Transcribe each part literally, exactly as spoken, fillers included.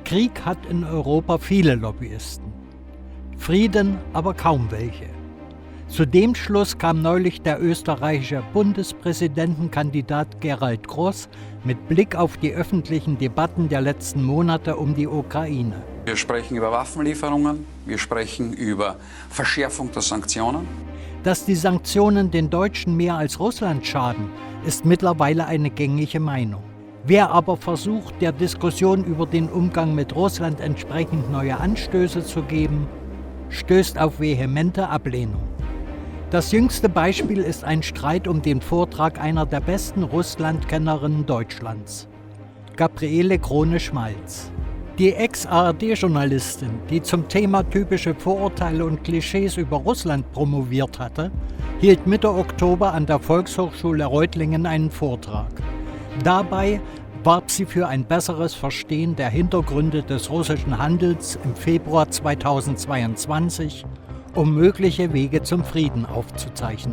Krieg hat in Europa viele Lobbyisten, Frieden aber kaum welche. Zu dem Schluss kam neulich der österreichische Bundespräsidentenkandidat Gerald Groß mit Blick auf die öffentlichen Debatten der letzten Monate um die Ukraine. Wir sprechen über Waffenlieferungen, wir sprechen über Verschärfung der Sanktionen. Dass die Sanktionen den Deutschen mehr als Russland schaden, ist mittlerweile eine gängige Meinung. Wer aber versucht, der Diskussion über den Umgang mit Russland entsprechend neue Anstöße zu geben, stößt auf vehemente Ablehnung. Das jüngste Beispiel ist ein Streit um den Vortrag einer der besten Russlandkennerinnen Deutschlands, Gabriele Krone-Schmalz. Die Ex-A R D-Journalistin, die zum Thema typische Vorurteile und Klischees über Russland promoviert hatte, hielt Mitte Oktober an der Volkshochschule Reutlingen einen Vortrag. Dabei warb sie für ein besseres Verstehen der Hintergründe des russischen Handels im Februar zweitausendzweiundzwanzig, um mögliche Wege zum Frieden aufzuzeichnen.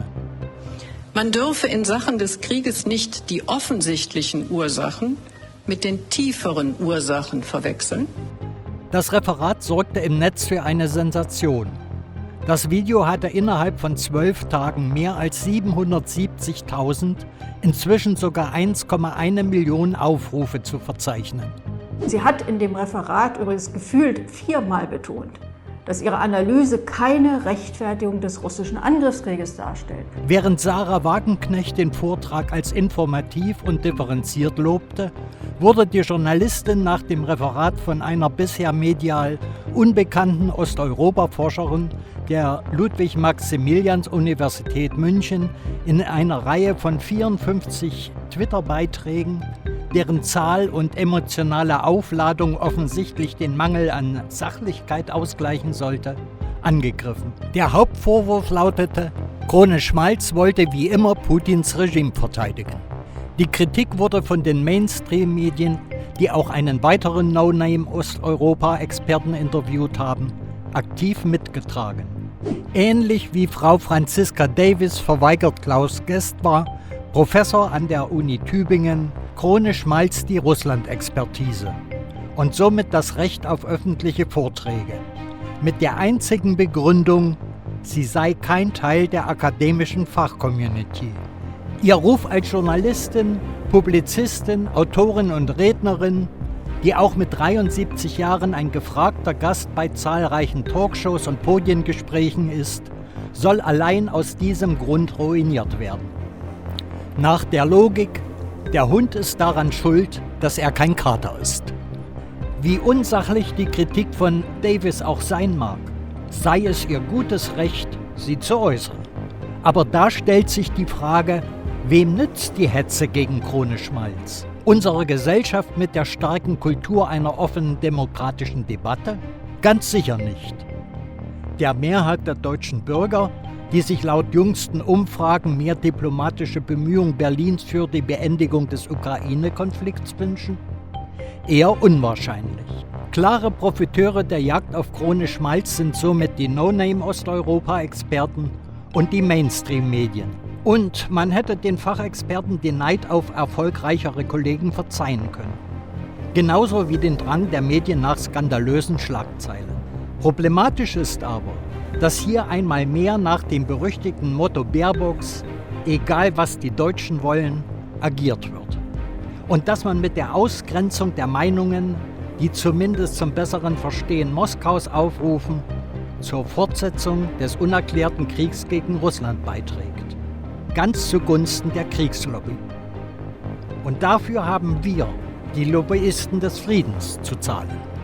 Man dürfe in Sachen des Krieges nicht die offensichtlichen Ursachen mit den tieferen Ursachen verwechseln. Das Referat sorgte im Netz für eine Sensation. Das Video hatte innerhalb von zwölf Tagen mehr als siebenhundertsiebzigtausend, inzwischen sogar eins Komma eins Million Aufrufe zu verzeichnen. Sie hat in dem Referat übrigens gefühlt viermal betont, dass ihre Analyse keine Rechtfertigung des russischen Angriffskrieges darstellt. Während Sarah Wagenknecht den Vortrag als informativ und differenziert lobte, wurde die Journalistin nach dem Referat von einer bisher medial unbekannten Osteuropa-Forscherin der Ludwig-Maximilians-Universität München in einer Reihe von vierundfünfzig Twitter-Beiträgen, deren Zahl und emotionale Aufladung offensichtlich den Mangel an Sachlichkeit ausgleichen sollte, angegriffen. Der Hauptvorwurf lautete, Krone-Schmalz wollte wie immer Putins Regime verteidigen. Die Kritik wurde von den Mainstream-Medien, die auch einen weiteren No-Name-Osteuropa-Experten interviewt haben, aktiv mitgetragen. Ähnlich wie Frau Franziska Davis verweigert Klaus Gestwar, Professor an der Uni Tübingen, Krone-Schmalz die Russland-Expertise und somit das Recht auf öffentliche Vorträge. Mit der einzigen Begründung, sie sei kein Teil der akademischen Fachcommunity. Ihr Ruf als Journalistin, Publizistin, Autorin und Rednerin, die auch mit dreiundsiebzig Jahren ein gefragter Gast bei zahlreichen Talkshows und Podiengesprächen ist, soll allein aus diesem Grund ruiniert werden. Nach der Logik, der Hund ist daran schuld, dass er kein Kater ist. Wie unsachlich die Kritik von Davis auch sein mag, sei es ihr gutes Recht, sie zu äußern. Aber da stellt sich die Frage, wem nützt die Hetze gegen Krone-Schmalz? Unsere Gesellschaft mit der starken Kultur einer offenen demokratischen Debatte? Ganz sicher nicht. Der Mehrheit der deutschen Bürger, die sich laut jüngsten Umfragen mehr diplomatische Bemühungen Berlins für die Beendigung des Ukraine-Konflikts wünschen? Eher unwahrscheinlich. Klare Profiteure der Jagd auf Krone-Schmalz sind somit die No-Name-Osteuropa-Experten und die Mainstream-Medien. Und man hätte den Fachexperten den Neid auf erfolgreichere Kollegen verzeihen können. Genauso wie den Drang der Medien nach skandalösen Schlagzeilen. Problematisch ist aber, dass hier einmal mehr nach dem berüchtigten Motto Baerbocks, egal was die Deutschen wollen, agiert wird. Und dass man mit der Ausgrenzung der Meinungen, die zumindest zum besseren Verstehen Moskaus aufrufen, zur Fortsetzung des unerklärten Kriegs gegen Russland beiträgt. Ganz zugunsten der Kriegslobby. Und dafür haben wir, die Lobbyisten des Friedens, zu zahlen.